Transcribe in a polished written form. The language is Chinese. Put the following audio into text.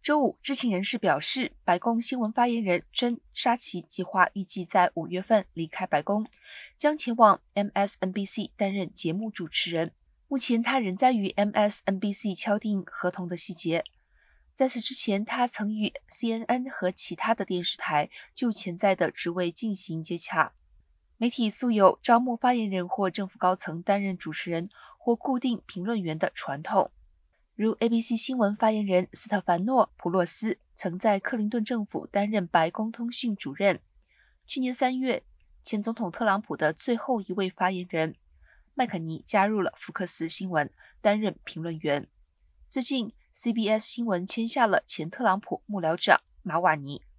周五，知情人士表示，白宫新闻发言人珍·沙奇计划预计在5月份离开白宫，将前往 MSNBC 担任节目主持人。目前，他仍在与 MSNBC 敲定合同的细节。在此之前，他曾与 CNN 和其他的电视台就潜在的职位进行接洽。媒体素有招募发言人或政府高层担任主持人或固定评论员的传统。如 ABC 新闻发言人斯特凡诺·普洛斯曾在克林顿政府担任白宫通讯主任。去年3月，前总统特朗普的最后一位发言人麦肯尼加入了福克斯新闻，担任评论员。最近 CBS 新闻签下了前特朗普幕僚长马瓦尼。